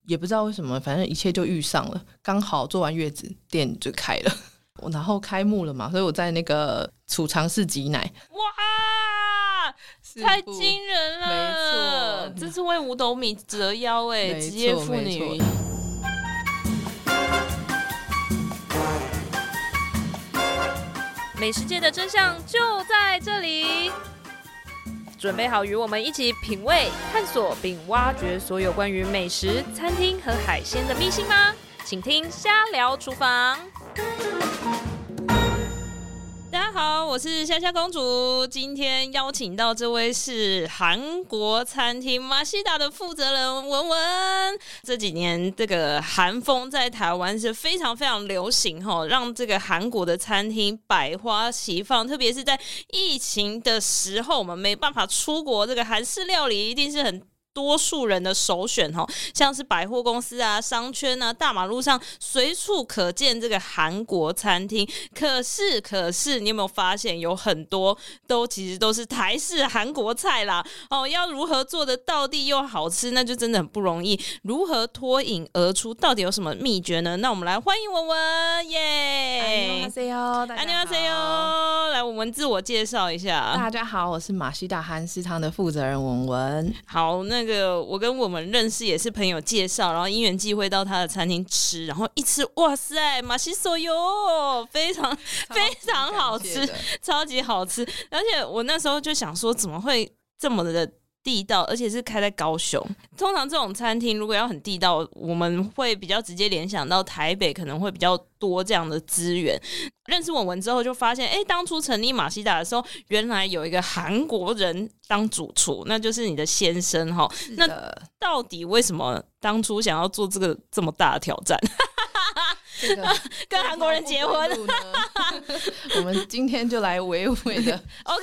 也不知道为什么，反正一切就遇上了，刚好坐完月子店就开了，然后开幕了嘛，所以我在那个储藏室挤奶。 哇，太惊人了！ 没错， 这是为五斗米折腰职业妇女。美食界的真相就在这里，准备好与我们一起品味、探索并挖掘所有关于美食、餐厅和海鲜的秘辛吗？请听瞎聊厨房。大家好，我是夏夏公主。今天邀请到这位是韩国餐厅马西达的负责人文文。这几年这个韩风在台湾是非常非常流行，让这个韩国的餐厅百花齐放，特别是在疫情的时候，我们没办法出国，这个韩式料理一定是很多数人的首选，像是百货公司啊、商圈啊、大马路上随处可见这个韩国餐厅。可是你有没有发现有很多其实都是台式韩国菜啦，要如何做得到地又好吃，那就真的很不容易。如何脱颖而出，到底有什么秘诀呢？那我们来欢迎文文耶。 안녕하세요，大家好。来，我们自我介绍一下。 大家好，我是马西达韩食堂的负责人文文。 好，那个我跟我们认识也是朋友介绍，然后因缘际会到他的餐厅吃，然后一吃，哇塞，马西手哟，非常好吃，超级好吃。而且我那时候就想说，怎么会这么的地道，而且是开在高雄。通常这种餐厅如果要很地道，我们会比较直接联想到台北可能会比较多这样的资源。认识文文之后就发现，当初成立马西达的时候，原来有一个韩国人当主厨，那就是你的先生齁。那到底为什么当初想要做这个这么大的挑战？ 这个跟韩国人结婚我们今天就来娓娓的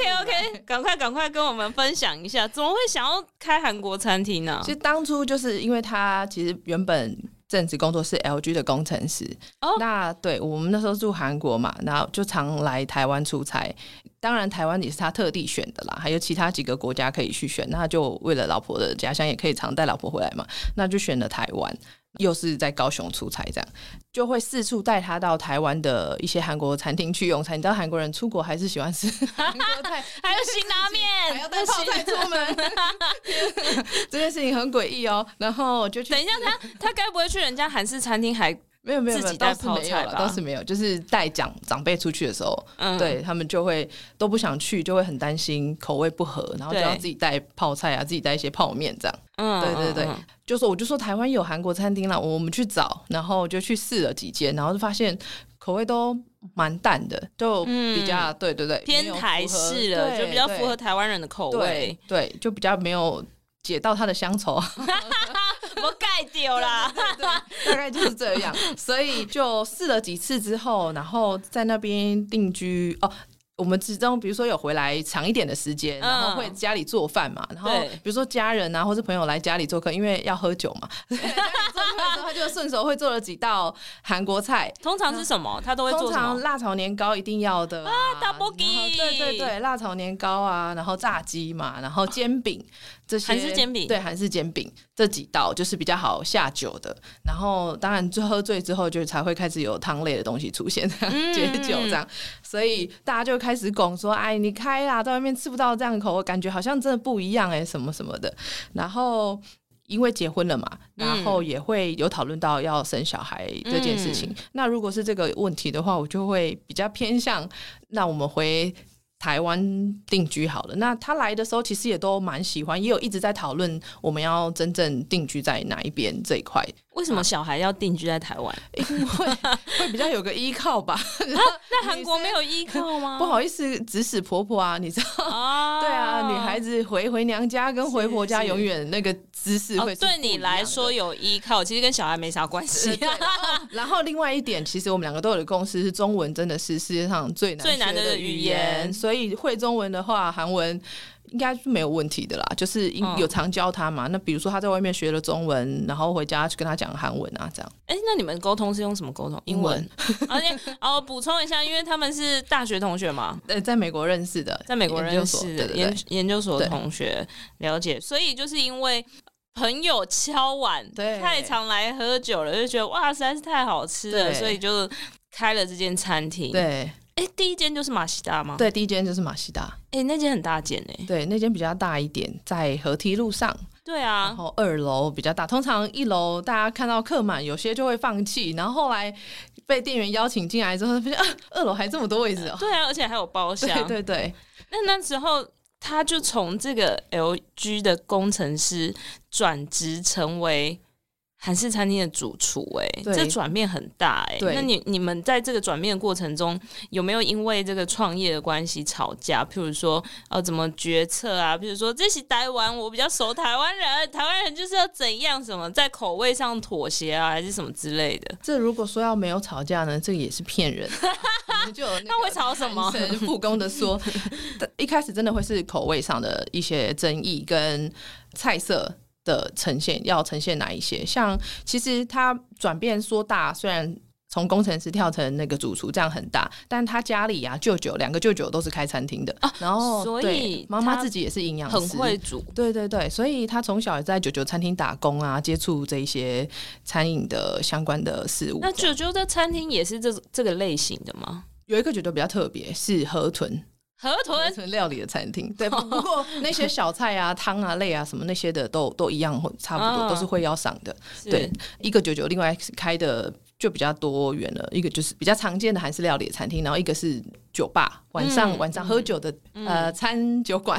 OK 赶快跟我们分享一下，怎么会想要开韩国餐厅呢？ 其实当初就是因为他其实原本正职工作是 LG 的工程师，那对我们那时候住韩国嘛，然后就常来台湾出差，当然台湾也是他特地选的啦，还有其他几个国家可以去选，那就为了老婆的家乡也可以常带老婆回来嘛，那就选了台湾，又是在高雄出差，这样就会四处带他到台湾的一些韩国餐厅去用餐。你知道韩国人出国还是喜欢吃韩国菜还有辛拉面， 还要带泡菜出门这件事情很诡异哦。然后就去等一下，他该不会去人家韩式餐厅还没有自己带泡菜吧？ 倒是没有，就是带长辈出去的时候，对他们就会都不想去，就会很担心口味不合，然后就要自己带泡菜啊，自己带一些泡面这样。对，我就说台湾有韩国餐厅啦，我们去找，然后就去试了几间，然后就发现口味都蛮淡的，就比较对偏台式了，就比较符合台湾人的口味， 对，就比较没有解到他的乡愁。 我盖丢啦大概就是这样，所以就试了几次之后，然后在那边定居我们之中比如说有回来长一点的时间，然后会家里做饭嘛，然后比如说家人啊或是朋友来家里做客，因为要喝酒嘛家里做客的时候他就顺手会做了几道韩国菜。 通常是什么？他都会做什么？ 通常辣炒年糕一定要的 ，tteokbokki， 对，辣炒年糕啊，然后炸鸡嘛，然后煎饼这些， 韩式煎饼， 对，韩式煎饼这几道就是比较好下酒的。然后当然喝醉之后就才会开始有汤类的东西出现，解酒这样。所以大家就开始拱说，哎，你开啦，在外面吃不到这样的口味，感觉好像真的不一样什么什么的。然后因为结婚了嘛，然后也会有讨论到要生小孩这件事情。那如果是这个问题的话，我就会比较偏向，那我们回台湾定居好了。那他来的时候其实也都蛮喜欢，也有一直在讨论我们要真正定居在哪一边这一块。 为什么小孩要定居在台湾？ 因为会比较有个依靠吧。 那韩国没有依靠吗？ 不好意思，指使婆婆啊，你知道？对啊，女孩子回娘家跟回婆家永远那个姿势会是不一样的。 对你来说有依靠，其实跟小孩没啥关系。 然后另外一点，其实我们两个都有的共识是，中文真的是世界上最难学的语言，所以会中文的话，韩文应该是没有问题的啦，就是有常教他嘛。那比如说他在外面学了中文，然后回家去跟他讲韩文啊，这样。 那你们沟通是用什么沟通？英文。而且补充一下，因为他们是大学同学嘛， 在美国认识的， 在美国认识的研究所同学，了解。所以就是因为朋友敲碗， 对， 太常来喝酒了，就觉得哇实在是太好吃了，所以就开了这间餐厅。 对， 第一间就是马西达吗？ 对，第一间就是马西达。 那间很大间对，那间比较大一点，在河堤路上。 对啊， 然后2楼比较大，通常1楼大家看到客满，有些就会放弃，然后后来被店员邀请进来之后，发现2楼还这么多位置哦。 对啊，而且还有包厢。 对对对。 那时候他就从这个 LG 的工程师转职成为韩式餐厅的主厨，这转变很大。那你们在这个转变的过程中，有没有因为这个创业的关系吵架？譬如说怎么决策啊？譬如说这是台湾，我比较熟台湾人，台湾人就是要怎样，什么在口味上妥协啊，还是什么之类的？ 这如果说要没有吵架呢，这个也是骗人。就有那会吵什么？ 复工的说，一开始真的会是口味上的一些争议跟菜色的呈现，要呈现哪一些？像其实他转变说大，虽然从工程师跳成那个主厨，这样很大，但他家里啊，2个舅舅都是开餐厅的，然后所以妈妈自己也是营养师， 很会煮。 对对对，所以他从小也在舅舅餐厅打工啊，接触这一些餐饮的相关的事物。 那舅舅的餐厅也是这个类型的吗？ 有一个舅舅比较特别，是河豚料理的餐厅。对，不过那些小菜啊、汤啊、类啊什么那些的都一样，差不多都是会要上的。对，一个舅舅另外开的就比较多元了，一个就是比较常见的韩式料理的餐厅，然后一个是酒吧，晚上喝酒的餐酒馆，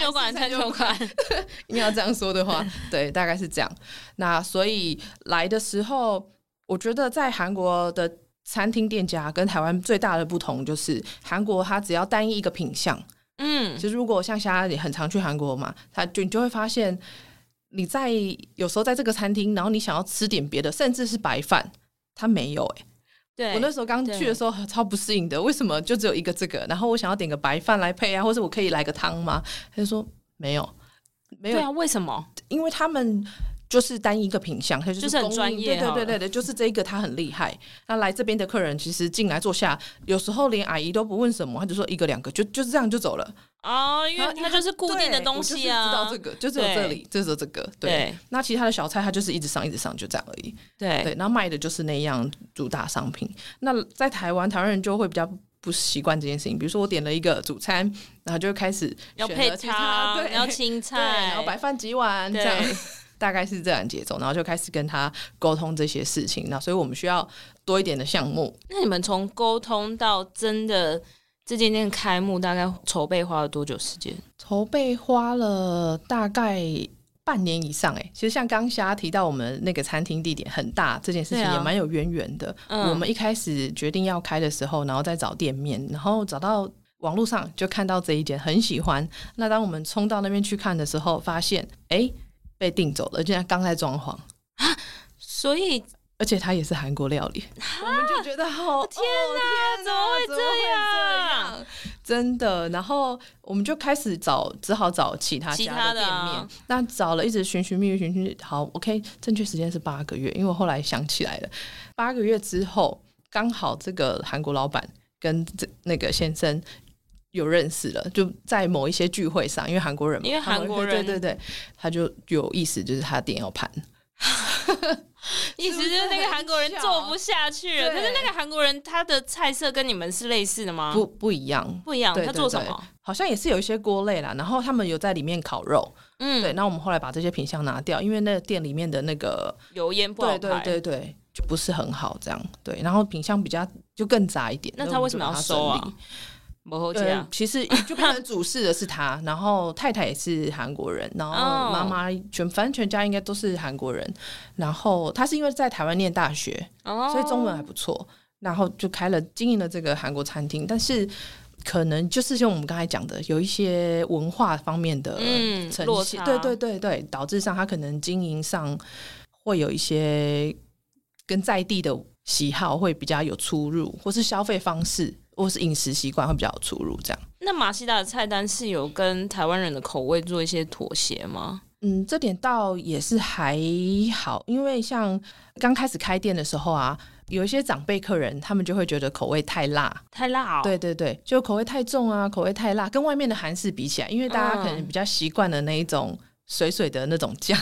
你要这样说的话，对，大概是这样。那所以来的时候，我觉得在韩国的餐厅店家跟台湾最大的不同就是韩国它只要单一一个品项，其实如果像现在你很常去韩国嘛，你就会发现你有时候在这个餐厅，然后你想要吃点别的，甚至是白饭，它没有。对，我那时候刚去的时候超不适应的，为什么就只有一个这个，然后我想要点个白饭来配啊，或者我可以来个汤吗？他就说没有。 对啊，为什么？ 因为他们就是单一个品项，它就是很专业。 对，就是这个他很厉害。那来这边的客人其实进来坐下，有时候连阿姨都不问什么，他就说1个2个就是这样就走了。 因为它就是固定的东西啊。 我就是知道这个，就只有这里，就只有这个。对，那其他的小菜它就是一直上，就这样而已。对，然后卖的就是那样主打商品。那在台湾人就会比较不习惯这件事情，比如说我点了一个主餐，然后就开始要配汤，要青菜， 然后白饭几碗这样。大概是这样节奏，然后就开始跟他沟通这些事情。那所以我们需要多一点的项目。 那你们从沟通到真的这间店开幕，大概筹备花了多久时间？ 筹备花了大概半年以上。其实像刚虾提到我们那个餐厅地点很大这件事情也蛮有渊源的。我们一开始决定要开的时候，然后再找店面，然后找到网络上就看到这一间很喜欢。那当我们冲到那边去看的时候，发现被订走了，而且刚在装潢所以而且它也是韩国料理，我们就觉得好天哪，怎么会这样？ 真的，然后我们就开始只好找其他家的店面。那找了一直寻觅，好 OK， 正确时间是8个月，因为我后来想起来了，8个月之后刚好这个韩国老板跟那个先生有认识了，就在某一些聚会上，因为韩国人嘛， 因为韩国人对，他就有意思，就是他的店要盘。 意思就是那个韩国人做不下去了。可是那个韩国人他的菜色跟你们是类似的吗？ 不一样， 他做什么？ 好像也是有一些锅类啦，然后他们有在里面烤肉。对，那我们后来把这些品项拿掉，因为那个店里面的那个油烟不好排， 对，就不是很好这样。对，然后品项比较就更杂一点。 那他为什么要收啊？ 其实就变成主事的是他，然后太太也是韩国人，然后妈妈反正全家应该都是韩国人。然后他是因为在台湾念大学，所以中文还不错，然后就经营了这个韩国餐厅。但是可能就是像我们刚才讲的，有一些文化方面的呈现，对，导致上他可能经营上会有一些跟在地的喜好会比较有出入，或是消费方式或是饮食习惯会比较有出入这样。 那马西达的菜单是有跟台湾人的口味做一些妥协吗？ 这点倒也是还好，因为像刚开始开店的时候啊，有一些长辈客人他们就会觉得口味太辣对，就口味太重啊，口味太辣，跟外面的韩式比起来，因为大家可能比较习惯的那一种水的那种酱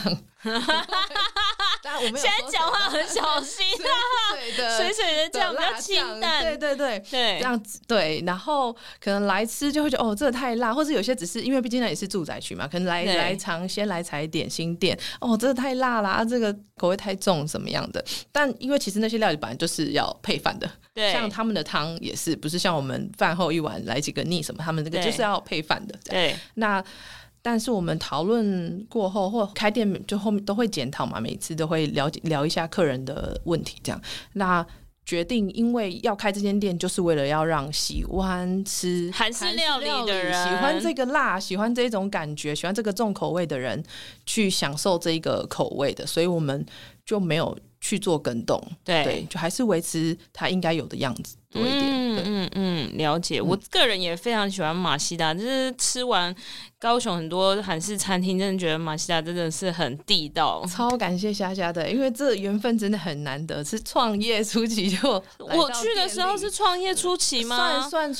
当然我没有现在讲话很小心水水的酱比较清淡， 对，这样子对。然后可能来吃就会觉得这个太辣，或者有些只是因为毕竟那也是住宅区嘛，可能来尝鲜来踩点心店，这个太辣啦，这个口味太重什么样的。但因为其实那些料理本来就是要配饭的，对，像他们的汤也是不是像我们饭后一碗来几个腻什么，他们这个就是要配饭的。对，那但是我们讨论过后或开店就后面都会检讨嘛，每次都会聊一下客人的问题这样。那决定因为要开这间店就是为了要让喜欢吃韩式料理的人， 喜欢这个辣，喜欢这种感觉，喜欢这个重口味的人去享受这个口味的，所以我们就没有去做更动， 对，就还是维持它应该有的样子多一点。 了解。我个人也非常喜欢马西达，就是吃完高雄很多韩式餐厅，真的觉得马西达真的是很地道。 超感谢虾虾的，因为这缘分真的很难得，是创业初期就我去的时候是创业初期吗？ 算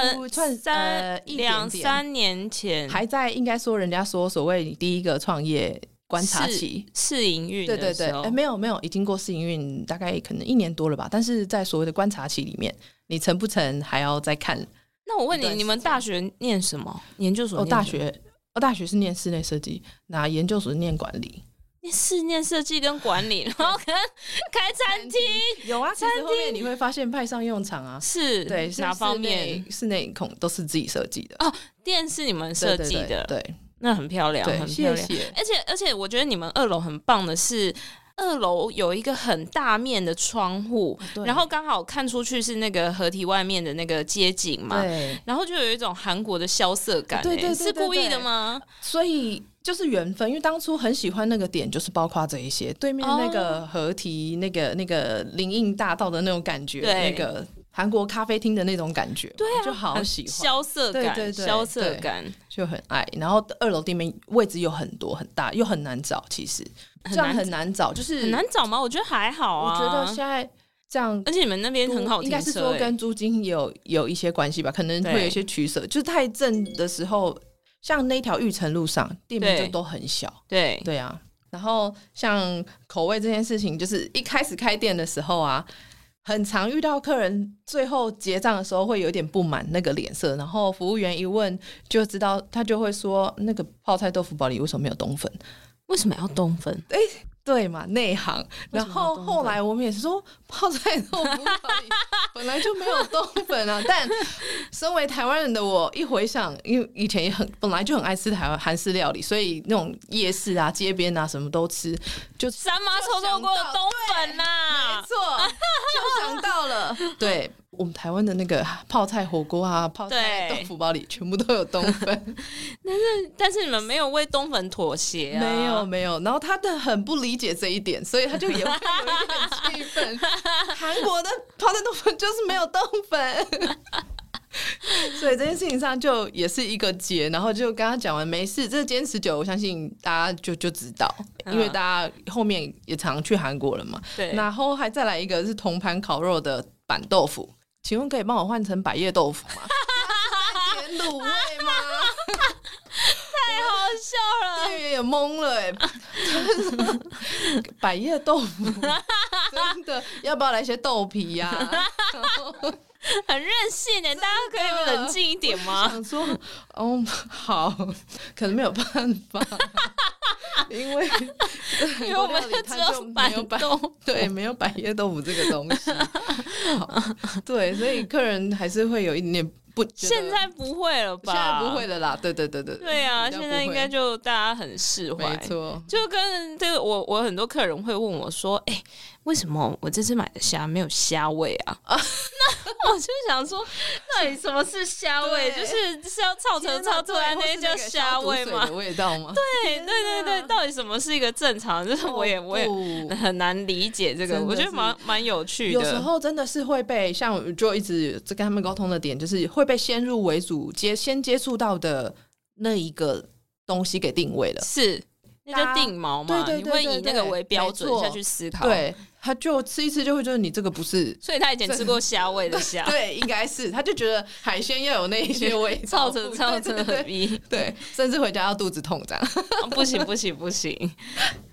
2、3年前， 还在应该说人家说所谓你第一个创业观察期试营运的时候， 没有已经过试营运大概可能1年多了吧，但是在所谓的观察期里面，你成不成还要再看。 那我问你，你们大学念什么？研究所念什么？ 大学是念室内设计，那研究所是念管理。 念设计跟管理，然后可能开餐厅。 有啊，其实后面你会发现派上用场啊。 是，对，哪方面？ 室内孔都是自己设计的店是你们设计的， 对， 那很漂亮，很漂亮。谢谢。而且我觉得你们2楼很棒的是，2楼有一个很大面的窗户，然后刚好看出去是那个河堤外面的那个街景嘛，对，然后就有一种韩国的萧瑟感。对，是故意的吗？ 所以就是缘分，因为当初很喜欢那个点，就是包括这一些对面那个河堤，那个林荫大道的那种感觉，那个韩国咖啡厅的那种感觉，对啊，就好喜欢萧瑟感，对，萧瑟感就很爱。然后2楼店面位置又很多很大，又很难找，其实这样很难找，就是很难找吗？我觉得还好啊， 我觉得现在这样， 而且你们那边很好停车， 应该是说跟租金有一些关系吧，可能会有一些取舍。就是太正的时候，像那条玉成路上店面就都很小，对啊。然后像口味这件事情，就是一开始开店的时候啊，很常遇到客人最后结账的时候会有点不满那个脸色，然后服务员一问就知道，他就会说那个泡菜豆腐煲里为什么没有冬粉？ 为什么要冬粉？ 对嘛，内行。然后后来我们也是说，泡菜豆腐煲里本来就没有冬粉啊。但身为台湾人的我，一回想，因为以前也本来就很爱吃台湾韩式料理，所以那种夜市啊、街边啊什么都吃，就三妈臭臭锅的冬粉啊， 没错，就想到了。对，我们台湾的那个泡菜火锅啊、泡菜豆腐煲里全部都有冬粉， 但是你们没有为冬粉妥协啊？ 没有。然后他很不理解这一点，所以他就也会有一点气愤。韩国的泡菜豆腐就是没有冬粉。所以这件事情上就也是一个结，然后就跟他讲完没事，这坚持久，我相信大家就知道，因为大家后面也常去韩国了嘛。对，然后还再来一个是铜盘烤肉的板豆腐，请问可以帮我换成百叶豆腐吗？点卤味吗？ 太好笑了， 店员也懵了百叶豆腐真的要不要来些豆皮呀？ 很任性大家可以冷静一点吗？ 想说好，可能没有办法，因为我们只有板豆腐， 对，没有百叶豆腐这个东西。对，所以客人还是会有一点不， 现在不会了吧？ 现在不会了啦，对。 对啊，现在应该就大家很释怀， 没错。就跟这个我很多客人会问我说，为什么我这次买的虾没有虾味啊？那我就想说，到底什么是虾味？就是要炒成炒出来那些叫虾味吗？ 的味道吗？ 对，到底什么是一个正常？就是我也很难理解这个，我觉得蛮有趣的。 有时候真的是会被像我就一直跟他们沟通的点，就是会被先入为主先接触到的那一个东西给定位了， 是。那叫定锚嘛，你会以那个为标准下去思考。 对，他就吃一吃就会觉得你这个不是， 所以他以前吃过虾味的虾， 对，应该是，他就觉得海鲜要有那一些味道， 超成逼， 对，甚至回家要肚子痛这样。 不行，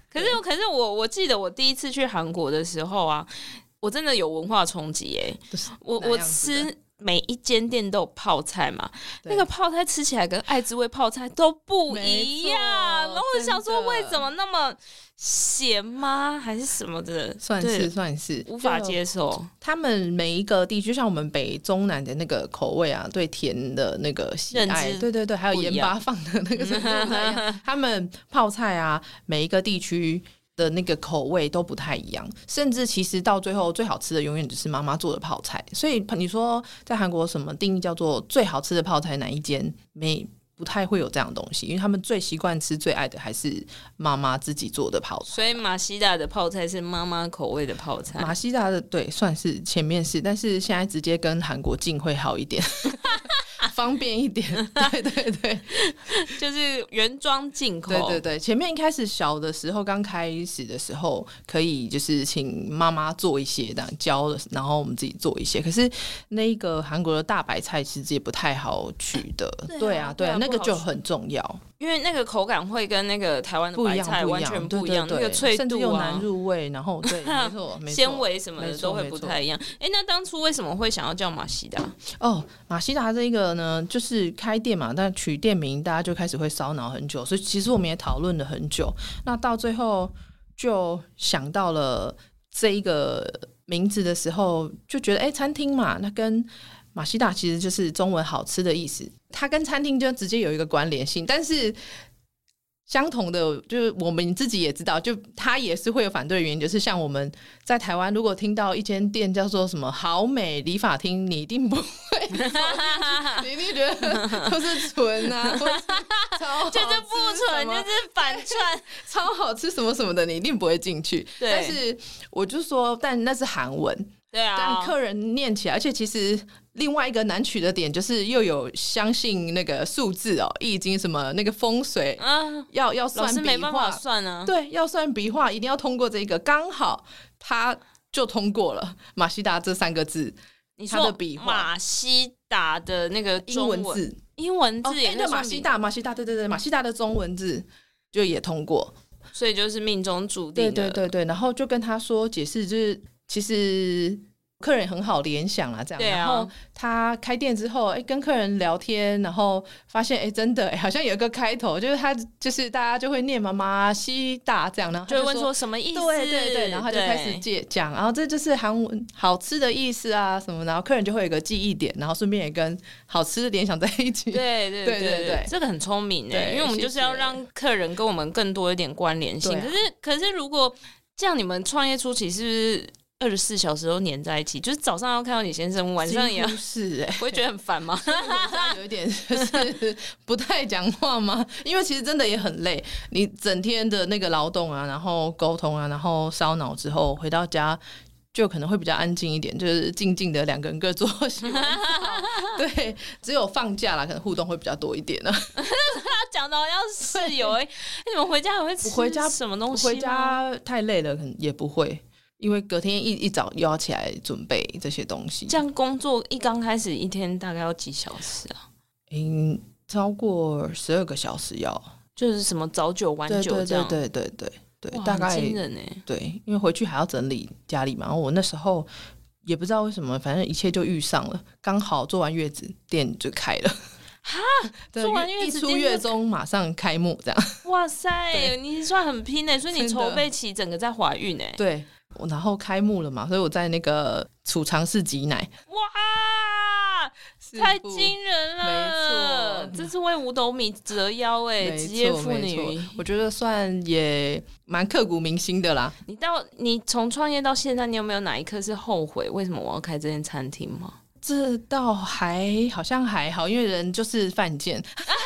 可是我记得我第一次去韩国的时候啊，我真的有文化冲击耶。我吃每一间店都有泡菜嘛，那个泡菜吃起来跟爱之味泡菜都不一样，然后我想说为什么那么咸吗？还是什么的？ 算是无法接受。 他们每一个地区，像我们北中南的那个口味啊，对甜的那个喜爱，对，还有盐巴放的那个是不太一样。他们泡菜啊，每一个地区的那个口味都不太一样，甚至其实到最后最好吃的永远只是妈妈做的泡菜。所以你说在韩国什么定义叫做最好吃的泡菜，哪一间不太会有这样的东西，因为他们最习惯吃最爱的还是妈妈自己做的泡菜。 所以马西达的泡菜是妈妈口味的泡菜。 马西达的对算是前面是，但是现在直接跟韩国进会好一点方便一点。对， 就是原装进口。 对，前面一开始小的时候刚开始的时候可以就是请妈妈做一些这样教了，然后我们自己做一些。可是那个韩国的大白菜其实也不太好取得。对啊，那个就很重要， 因为那个口感会跟那个台湾的白菜完全不一样， 对那个脆度啊， 甚至又难入味，然后对，没错， 纤维什么的都会不太一样。那当初为什么会想要叫马西达？ 马西达这个呢，就是开店嘛，但取店名大家就开始会烧脑很久，所以其实我们也讨论了很久。那到最后就想到了这一个名字的时候，就觉得餐厅嘛，那跟马西达其实就是中文好吃的意思，它跟餐厅就直接有一个关联性。但是相同的，就是我们自己也知道，就它也是会有反对的原因，就是像我们在台湾，如果听到一间店叫做什么好美理发厅，你一定不会你一定觉得都是纯啊， 就是不纯，就是反串， 超好吃什么什么的，你一定不会进去。但是我就说，但那是韩文。 对啊， 但客人念起来，而且其实另外一个难取的点就是又有相信那个数字易经什么那个风水要算笔画，老师没办法算啊。 对，要算笔画，一定要通过这个，刚好他就通过了马西达这3个字。 你说马西达的那个英文字也是马西达，对，马西达的中文字就也通过， 所以就是命中注定的。 对，然后就跟他说解释，就是其实客人很好联想啦，这样。然后他开店之后，跟客人聊天，然后发现，真的，好像有一个开头，就是他就是大家就会念妈妈西大这样，然后就会问说什么意思？ 对，然后他就开始讲，然后这就是韩文好吃的意思啊什么，然后客人就会有一个记忆点，然可顺便也跟好吃的联想在一起。 对，这个很聪明因为我们就是要让客人跟我们更多一点关联性。可是如果这样，你们创业初期是不是24小时都黏在一起？就是早上要看到你先生，晚上也要， 是不会觉得很烦吗？ 有一点就是不太讲话吗？因为其实真的也很累，你整天的那个劳动啊，然后沟通啊，然后烧脑之后回到家就可能会比较安静一点，就是静静的2个人各做洗完澡。对，只有放假啦，可能互动会比较多一点呢。 讲到要室友你们回家还会吃什么东西吗？ 回家太累了，可能也不会。因为隔天一早又要起来准备这些东西。 这样工作刚开始一天大概要几小时啊？ 超过12个小时要， 就是什么早9晚9这样。 对，大概很惊人对，因为回去还要整理家里嘛。然后我那时候也不知道为什么，反正一切就遇上了，刚好做完月子店就开了。 哈，做完月子一出月中马上开幕这样。 哇塞，你算很拼所以你筹备期整个在怀孕对。然后开幕了嘛，所以我在那个储藏室挤奶。 哇，太惊人了！没错，这是为五斗米折腰职业妇女， 我觉得算也蛮刻骨铭心的啦。 你从创业到现在，你有没有哪一刻是后悔为什么我要开这间餐厅吗？ 这倒好像还好，因为人就是犯贱。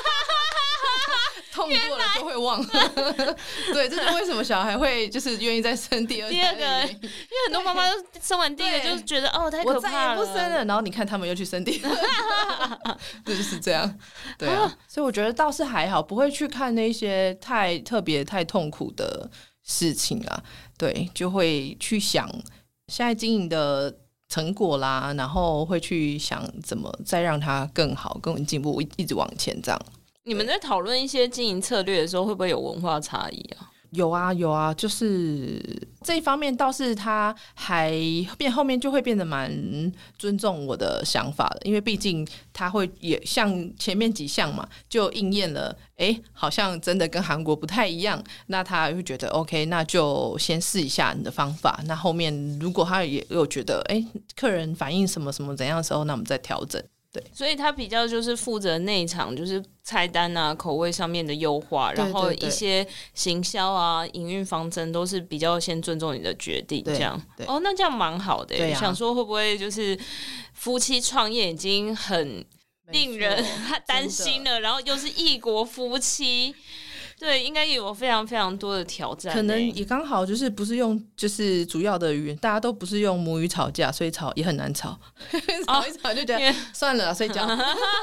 痛过了就会忘了。对，这是为什么小孩会就是愿意再生第二个，因为很多妈妈生完第一个就觉得太可怕了， 我再也不生了，然后你看他们又去生第二个。这就是这样。对啊，所以我觉得倒是还好，不会去看那些太特别太痛苦的事情啊。对，就会去想现在经营的成果啦，然后会去想怎么再让它更好更进步，一直往前这样。 你们在讨论一些经营策略的时候，会不会有文化差异啊？ 有啊，就是这一方面倒是他还后面就会变得蛮尊重我的想法的，因为毕竟他会也像前面几项嘛，就应验了，好像真的跟韩国不太一样，那他会觉得 OK， 那就先试一下你的方法，那后面如果他也有觉得客人反映什么什么怎样的时候，那我们再调整。对， 所以他比较就是负责内场，就是菜单啊、口味上面的优化，然后一些行销啊、营运方针都是比较先尊重你的决定，这样。那这样蛮好的。想说会不会就是夫妻创业已经很令人担心了，然后又是异国夫妻。对，应该有非常非常多的挑战， 可能也刚好就是不是用就是主要的语言，大家都不是用母语吵架，所以吵也很难吵，吵一吵就觉得算了，睡觉。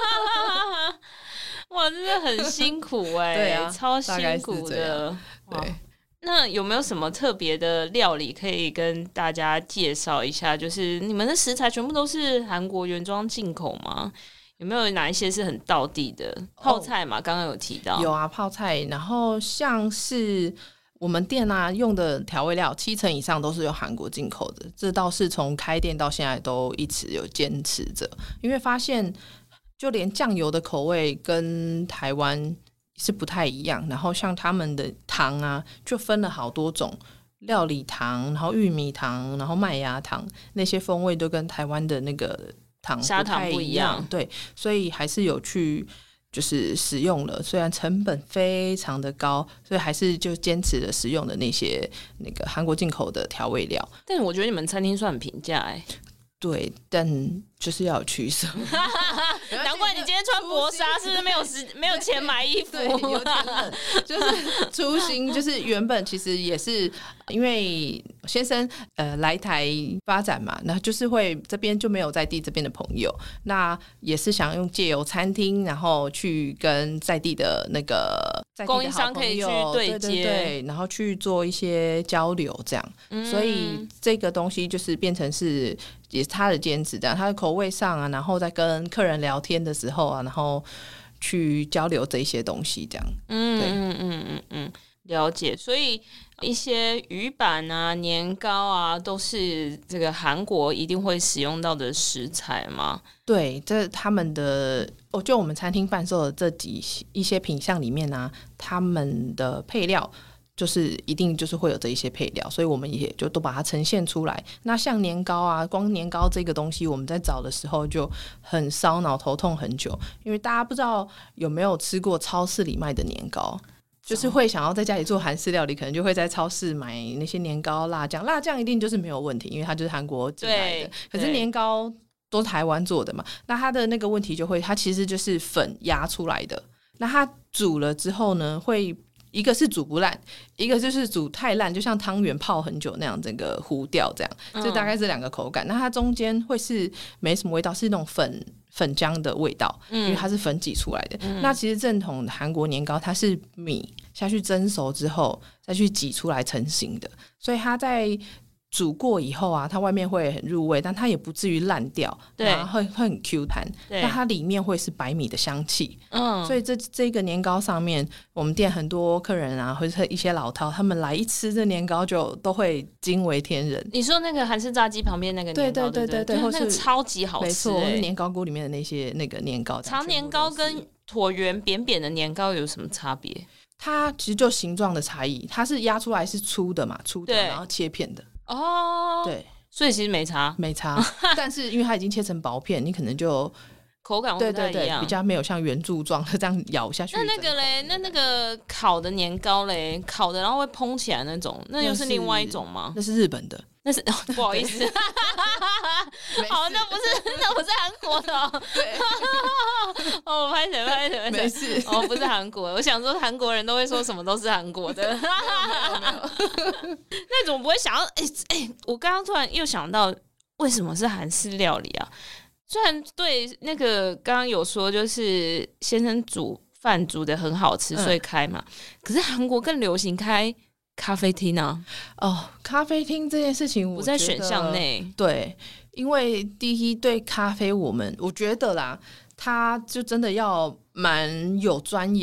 哇，真的很辛苦对啊， 超辛苦的。 对， 那有没有什么特别的料理可以跟大家介绍一下？就是你们的食材全部都是韩国原装进口吗？有没有哪一些是很道地的泡菜嘛？刚刚有提到， 有啊，泡菜。然后像是我们店用的调味料，70%以上都是由韩国进口的。这倒是从开店到现在都一直有坚持着，因为发现就连酱油的口味跟台湾是不太一样。然后像他们的糖啊，就分了好多种。料理糖，然后玉米糖，然后麦芽糖，那些风味都跟台湾的那个砂糖不一样，对，所以还是有去就是使用了，虽然成本非常的高，所以还是就坚持了使用的那些那个韩国进口的调味料。 但是我觉得你们餐厅算很平价对，但就是要有取舍。 难怪你今天穿薄纱，是不是没有钱买衣服？ 对，有点冷。就是初心，就是原本其实也是因为先生来台发展嘛，那就是会这边就没有在地这边的朋友，那也是想用借由餐厅，然后去跟在地的那个供应商可以去对接， 对，然后去做一些交流，这样。所以这个东西就是变成是也是他的坚持，这样他的口味上啊，然后在跟客人聊天的时候啊，然后去交流这些东西，这样。 了解。所以一些鱼板啊、年糕啊，都是这个韩国一定会使用到的食材吗？ 对，这他们的就我们餐厅贩售的一些品项里面啊，他们的配料就是一定就是会有这一些配料，所以我们也就都把它呈现出来。那像年糕啊，光年糕这个东西，我们在找的时候就很烧脑，头痛很久，因为大家不知道有没有吃过超市里卖的年糕。就是会想要在家里做韩式料理，可能就会在超市买那些年糕、辣酱一定就是没有问题，因为它就是韩国进来的。可是年糕都是台湾做的嘛，那它的那个问题就会，它其实就是粉压出来的。那它煮了之后呢，会一个是煮不烂，一个就是煮太烂，就像汤圆泡很久那样，整个糊掉这样。就大概是两个口感。那它中间会是没什么味道，是那种粉浆的味道，因为它是粉挤出来的。那其实正统的韩国年糕，它是米下去蒸熟之后再去挤出来成型的，所以它在煮过以后啊，它外面会很入味，但它也不至于烂掉，然后会很 Q 弹。那它里面会是白米的香气，所以这个年糕上面，我们店很多客人啊，或者一些老饕，他们来一吃这年糕就都会惊为天人。 你说那个韩式炸鸡旁边那个年糕，对，或是那个超级好吃， 没错，是年糕锅里面的那个年糕。 长年糕跟椭圆扁扁的年糕有什么差别？ 它其实就形状的差异，它是压出来是粗的嘛，粗的，然后切片的。对， 所以其实没差， 但是因为它已经切成薄片，你可能就口感会不太一样， 比较没有像圆柱状的这样咬下去。 那个嘞，那个烤的年糕嘞，烤的然后会蓬起来那种，那又是另外一种吗？ 那是日本的， 那是不好意思，好，那不是韩国的。对，拍谁， 没事， 不是韩国的。我想说韩国人都会说什么都是韩国的，没有。那怎么不会想到？我刚刚突然又想到，为什么是韩式料理啊？虽然对那个刚刚有说，就是先生煮饭煮的很好吃，所以开嘛。可是韩国更流行开咖啡厅啊。 咖啡厅这件事情不在选项内。 对，因为第一对咖啡我觉得啦，他就真的要蛮有钻研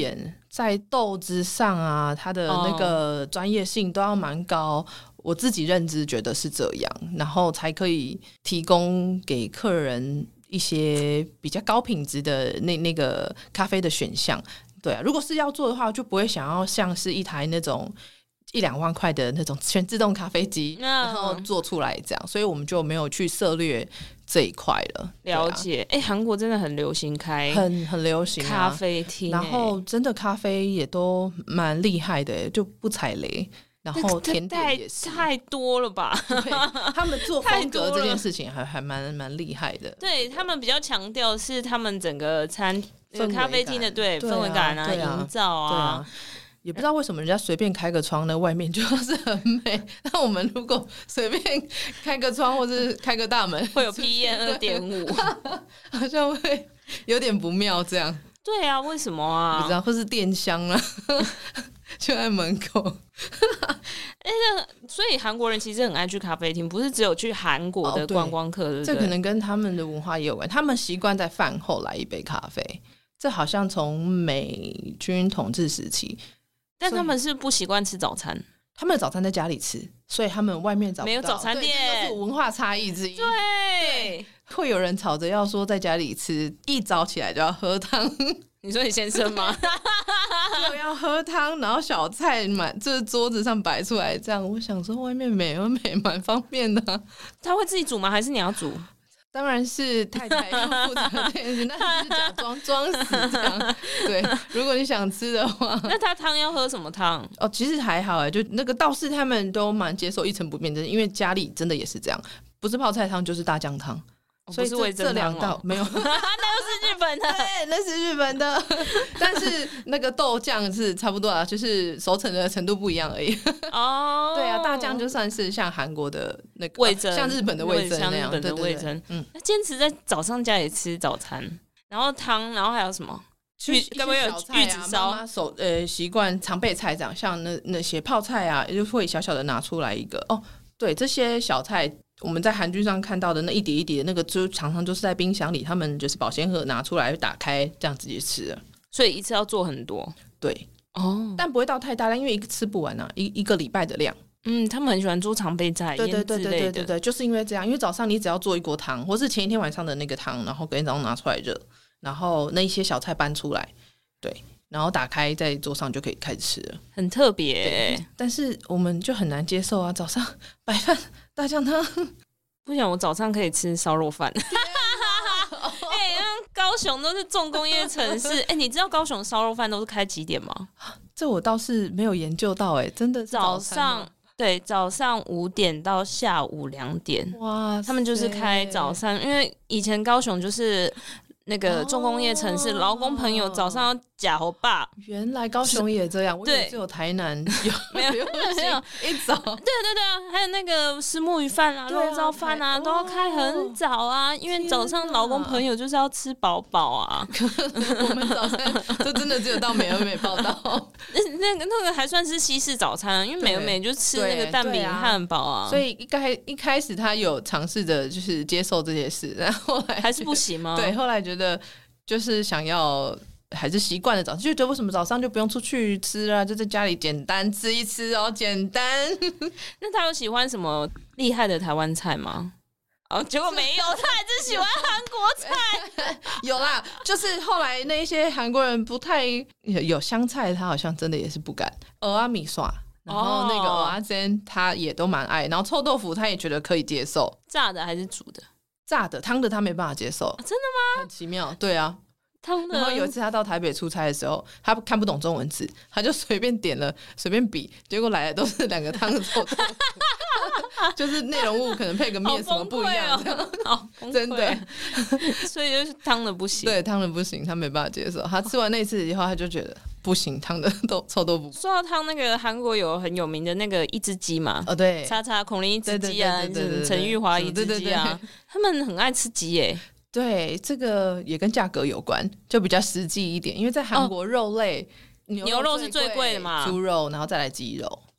在豆子上啊，它的那个专业性都要蛮高。我自己认知觉得是这样，然后才可以提供给客人一些比较高品质的那个咖啡的选项。对啊，如果是要做的话，就不会想要像是一台那种1-2万块的那种全自动咖啡机，然后做出来这样，所以我们就没有去涉猎这一块了。 了解，韩国真的很流行开很流行咖啡厅， 然后真的咖啡也都蛮厉害的，就不踩雷。然后甜点也是太多了吧？ 对，他们做风格这件事情还蛮厉害的。 对，他们比较强调是他们整个咖啡厅的氛围感啊，营造啊。 也不知道为什么人家随便开个窗呢，外面就是很美。那我们如果随便开个窗或是开个大门， 会有 PM 2.5， 好像会有点不妙。这样对啊，为什么啊？ 不知道，或是电箱啊，就在门口。 所以韩国人其实很爱去咖啡厅，不是只有去韩国的观光客，对不对？ 这可能跟他们的文化也有关，他们习惯在饭后来一杯咖啡。这好像从美军统治时期， 但他们是不习惯吃早餐， 他们的早餐在家里吃，所以他们外面找不到， 没有早餐店， 这是文化差异之一。 对， 会有人吵着要说在家里吃，一早起来就要喝汤。 你说你先生吗？ 就要喝汤，然后小菜这桌子上摆出来，这样我想说外面美蛮方便的啊。 他会自己煮吗？还是你要煮？ 当然是太太要负责这件事，那是假装死这样。对，如果你想吃的话， 那他汤要喝什么汤？ 其实还好就那个道士他们都蛮接受一成不变的，因为家里真的也是这样，不是泡菜汤就是大酱汤。所以这两道没有，那又是日本的， 对，那是日本的，但是那个豆酱是差不多啊，就是熟成的程度不一样而已。哦，对啊，大酱就算是像韩国的那个味噌， 像日本的味噌那样， 像日本的味噌。那坚持在早上家里吃早餐，然后汤，然后还有什么？该不会有玉子烧？ 妈妈习惯常备菜这样，像那些泡菜啊，就会小小的拿出来一个。哦，对，这些小菜。我们在韩剧上看到的那一碟一碟的那个，就常常就是在冰箱里，他们就是保鲜盒拿出来打开，这样直接吃了。 所以一次要做很多， 对哦，但不会到太大量，因为一个吃不完啊，一个礼拜的量。 他们很喜欢做常备菜， 对，就是因为这样，因为早上你只要做一锅汤，或是前一天晚上的那个汤，然后隔天早上拿出来热，然后那一些小菜搬出来，对。然后打开在桌上就可以开始吃了， 很特别。 但是我们就很难接受啊，早上白饭大酱汤， 不想我早上可以吃烧肉饭。高雄都是重工业城市，你知道高雄烧肉饭都是开几点吗？ 这我倒是没有研究到，真的是早上5点到下午2点，哇，他们就是开早上，因为以前高雄就是那个重工业城市，劳工朋友早上要假猴爸。 原来高雄也这样，我以为只有台南有没有一早。 对啊，还有那个虱目鱼饭啊、肉燥饭啊，都要开很早啊，因为早上劳工朋友就是要吃饱饱啊。 我们早餐就真的只有到美而美报道， 那个还算是西式早餐，因为美而美就吃那个蛋饼汉堡啊。 所以一开始他有尝试着就是接受这些事，然后后来还是不行吗？ 对，后来觉得就是想要。还是习惯了早上，就觉得为什么早上就不用出去吃啊？就在家里简单吃一吃哦，简单。 那他有喜欢什么厉害的台湾菜吗？结果没有，他还是喜欢韩国菜。 有啦，就是后来那些韩国人不太有香菜，他好像真的也是不敢。蚵仔米刷，然后那个蚵仔煎他也都蛮爱，然后臭豆腐他也觉得可以接受。 炸的还是煮的？ 炸的，汤的他没办法接受。 真的吗？ 很奇妙，对啊。 然后有一次他到台北出差的时候，他看不懂中文字，他就随便点了随便比，结果来的都是2个汤的臭豆腐，就是内容物可能配个面什么不一样，真的， 所以就是汤的不行， 对，汤的不行，他没办法接受。他吃完那次以后，他就觉得不行，汤的臭豆腐。 说到汤，那个韩国有很有名的那个一只鸡嘛， 对， 叉叉孔林一只鸡啊，陈玉华一只鸡啊，他们很爱吃鸡耶。 对，这个也跟价格有关，就比较实际一点，因为在韩国肉类， 牛肉是最贵的嘛， 猪肉，然后再来鸡肉。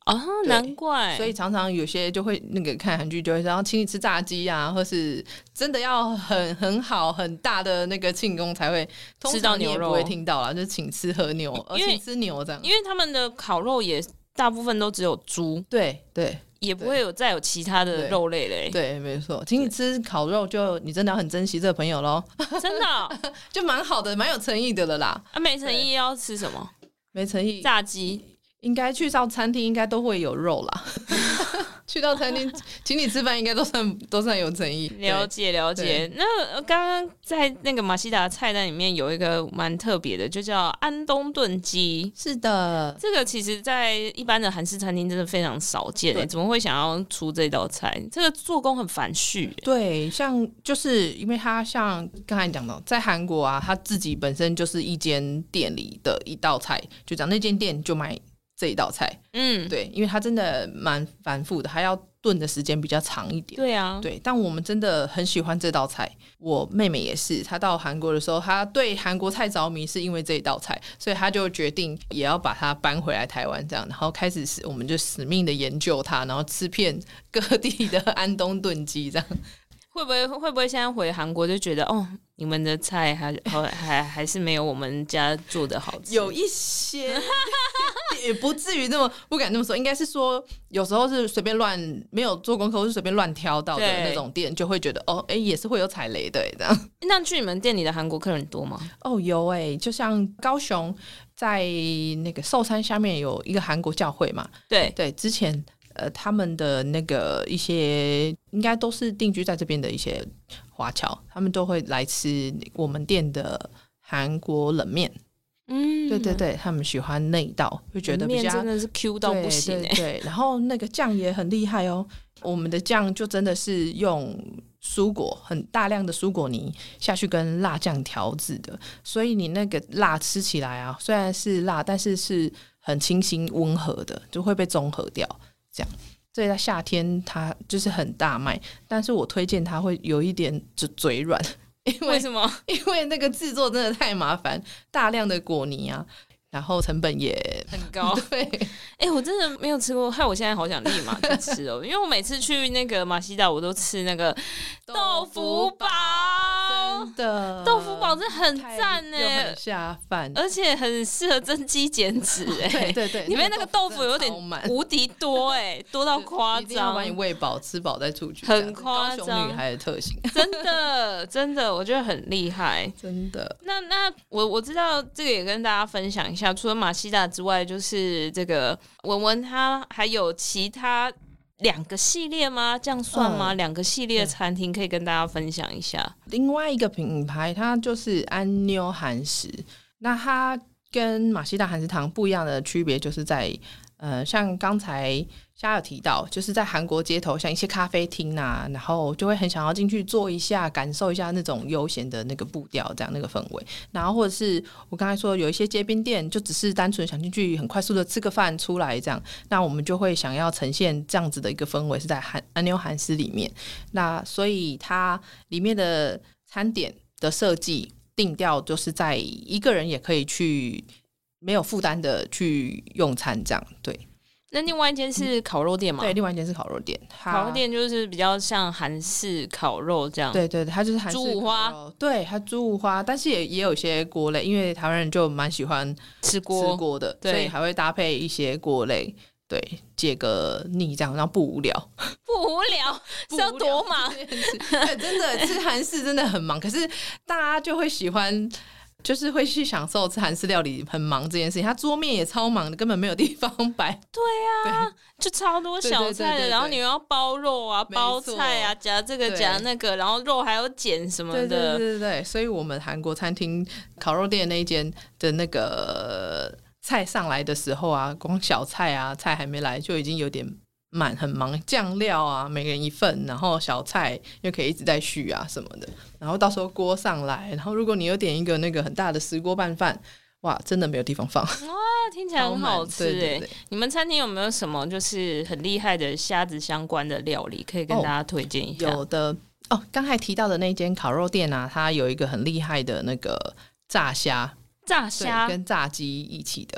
哦，难怪。 所以常常有些就会那个看韩剧就会说请你吃炸鸡啊，或是真的要很好很大的那个庆功才会吃到牛肉， 通常你也不会听到啦，就是请吃和牛，请吃牛这样。 因为他们的烤肉也大部分都只有猪， 对对， 也不会再有其他的肉类嘞。 对，没错，请你吃烤肉，就你真的要很珍惜这个朋友咯。 真的、哦、 就蛮好的，蛮有诚意的了啦。 啊，没诚意要吃什么？ 没诚意， 炸鸡。 应该去到餐厅应该都会有肉啦。去到餐厅请你吃饭应该都算有诚意。 了解了解。那刚刚在那个马西达菜单里面有一个蛮特别的，就叫安东炖鸡。 是的， 这个其实在一般的韩式餐厅真的非常少见耶，怎么会想要出这道菜？这个做工很繁叙耶。 对，像就是因为他像刚才讲的，在韩国啊，他自己本身就是一间店里的一道菜，就讲那间店就卖这一道菜。对，因为它真的蛮繁复的，还要炖的时间比较长一点。 对啊， 对，但我们真的很喜欢这道菜。我妹妹也是，她到韩国的时候，她对韩国菜着迷，是因为这一道菜，所以她就决定也要把它搬回来台湾，这样，然后开始我们就死命的研究它，然后吃遍各地的安东炖鸡，这样。 会不会现在回韩国就觉得哦，你们的菜还是没有我们家做的好吃？ 有一些也不至于不敢那么说，应该是说有时候是随便乱没有做功课，或是随便乱挑到的那种店，就会觉得哦，也是会有踩雷的这样。 那去你们店里的韩国客人多吗？ 哦，有就像高雄在那个寿山下面有一个韩国教会嘛，对，之前。他们的那个一些应该都是定居在这边的一些华侨，他们都会来吃我们店的韩国冷面。对，他们喜欢那一道，就觉得比较面真的是 Q 到不行。 对，然后那个酱也很厉害哦。我们的酱就真的是用蔬果很大量的蔬果泥下去跟辣酱调制的，所以你那个辣吃起来啊，虽然是辣，但是是很清新温和的，就会被中和掉。这样，所以在夏天它就是很大卖，但是我推荐它会有一点嘴软。 为什么？ 因为那个制作真的太麻烦，大量的果泥啊，然后成本也很高。对，我真的没有吃过，害我现在好想立马去吃哦。因为我每次去那个马西达，我都吃那个豆腐堡， 真的豆腐堡真的很赞耶， 很下饭， 而且很适合增肌减脂哎。 对， 里面那个豆腐有点无敌多哎，多到夸张， 一定要把你喂饱吃饱再出去， 很夸张， 高雄女孩的特性， 真的，我觉得很厉害， 真的。 那我知道这个也跟大家分享一下，除了马西达之外，就是这个文文他还有其他2个系列吗？这样算吗？2个系列的餐厅可以跟大家分享一下。另外一个品牌它就是安妞韩食，那它跟马西达韩食堂不一样的区别就是在像刚才夏有提到，就是在韩国街头像一些咖啡厅啊，然后就会很想要进去坐一下，感受一下那种悠闲的那个步调，这样那个氛围。然后或者是我刚才说有一些街边店，就只是单纯想进去很快速的吃个饭出来这样，那我们就会想要呈现这样子的一个氛围是在安妞韩食里面。那所以它里面的餐点的设计定调就是在一个人也可以去没有负担的去用餐这样。对， 那另外一间是烤肉店吗？ 对，另外一间是烤肉店。 烤肉店就是比较像韩式烤肉这样。 对，它就是韩式烤肉。猪五花，对，它猪五花，但是也有一些锅类，因为台湾人就蛮喜欢吃锅的，所以还会搭配一些锅类，对，解个腻这样，然后不无聊，是要多忙？对，真的吃韩式真的很忙，可是大家就会喜欢。就是会去享受吃韩式料理很忙这件事情，他桌面也超忙的，根本没有地方摆。 对啊，就超多小菜的，然后你又要包肉啊、包菜啊，夹这个夹那个，然后肉还要剪什么的。 对，所以我们韩国餐厅烤肉店那一间的那个菜上来的时候啊，光小菜啊，菜还没来就已经有点很忙，酱料啊每个人一份，然后小菜又可以一直在续啊什么的，然后到时候锅上来，然后如果你有点一个那个很大的石锅拌饭，哇，真的没有地方放。哇， 听起来很好吃耶。你们餐厅有没有什么就是很厉害的虾子相关的料理可以跟大家推荐一下？ 有的哦，刚才提到的那间烤肉店啊，它有一个很厉害的那个炸虾跟炸鸡一起的。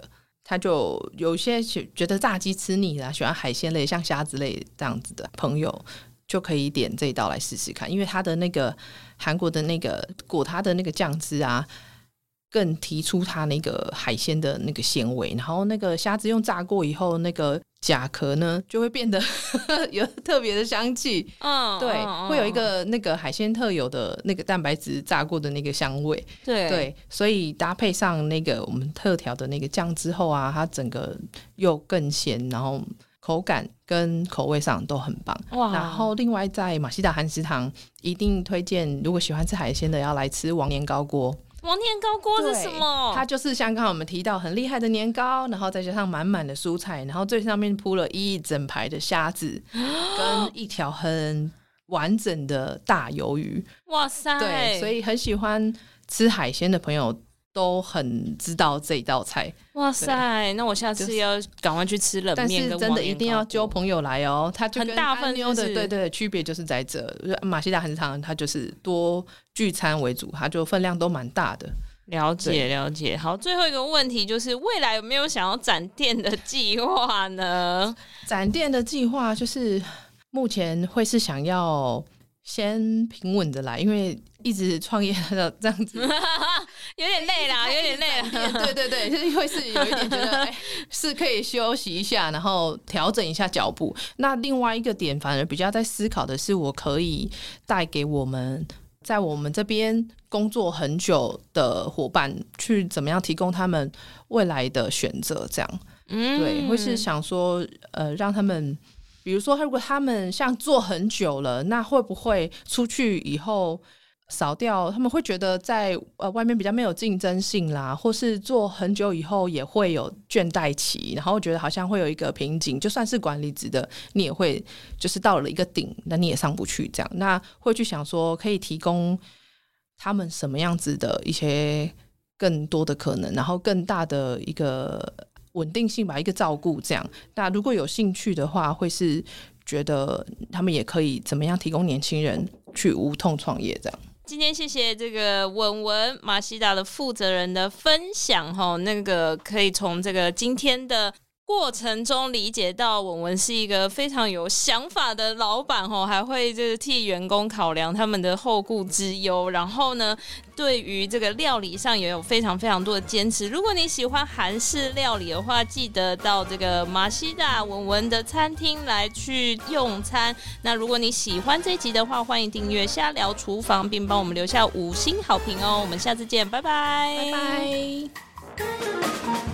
他就有些觉得炸鸡吃腻了，喜欢海鲜类像虾子类这样子的朋友就可以点这一道来试试看，因为它的那个韩国的那个裹它的那个酱汁啊，更提出它那个海鲜的那个鲜味，然后那个虾子用炸过以后，那个甲壳呢就会变得有特别的香气，对，会有一个那个海鲜特有的那个蛋白质炸过的那个香味，对，所以搭配上那个我们特调的那个酱之后啊，它整个又更鲜，然后口感跟口味上都很棒。然后另外在马西达韩食堂一定推荐，如果喜欢吃海鲜的要来吃王年糕锅。 王年糕锅是什么？ 它就是像刚刚我们提到很厉害的年糕，然后再加上满满的蔬菜，然后最上面铺了一整排的虾子跟一条很完整的大鱿鱼。 哇塞！ 对，所以很喜欢吃海鲜的朋友都很知道这一道菜。 哇塞！那我下次要赶快去吃冷面跟王年糕锅， 但是真的一定要揪朋友来哦。它就跟很大份妞的对区别就是在这，马西达韩食堂它就是多聚餐为主，它就分量都蛮大的。 了解。好，最后一个问题就是未来有没有想要展店的计划呢？ 展店的计划就是目前会是想要先平稳的来，因为一直创业这样子有点累啦。 对，就是会是有一点觉得是可以休息一下，然后调整一下脚步。那另外一个点反而比较在思考的是，我可以带给我们在我们这边工作很久的伙伴去怎么样提供他们未来的选择，这样对，会是想说让他们比如说如果他们像做很久了，那会不会出去以后少掉，他们会觉得在外面比较没有竞争性啦，或是做很久以后也会有倦怠期，然后觉得好像会有一个瓶颈，就算是管理职的你也会就是到了一个顶，那你也上不去这样，那会去想说可以提供他们什么样子的一些更多的可能，然后更大的一个稳定性吧，一个照顾这样。那如果有兴趣的话，会是觉得他们也可以怎么样提供年轻人去无痛创业这样。 今天谢谢这个文文马西达的负责人的分享齁，那个可以从这个今天的过程中理解到文文是一个非常有想法的老板齁，还会就是替员工考量他们的后顾之忧，然后呢对于这个料理上也有非常非常多的坚持。如果你喜欢韩式料理的话，记得到这个马西达文文的餐厅来去用餐。那如果你喜欢这一集的话，欢迎订阅瞎聊厨房，并帮我们留下5星好评哦。我们下次见，拜拜， 拜拜。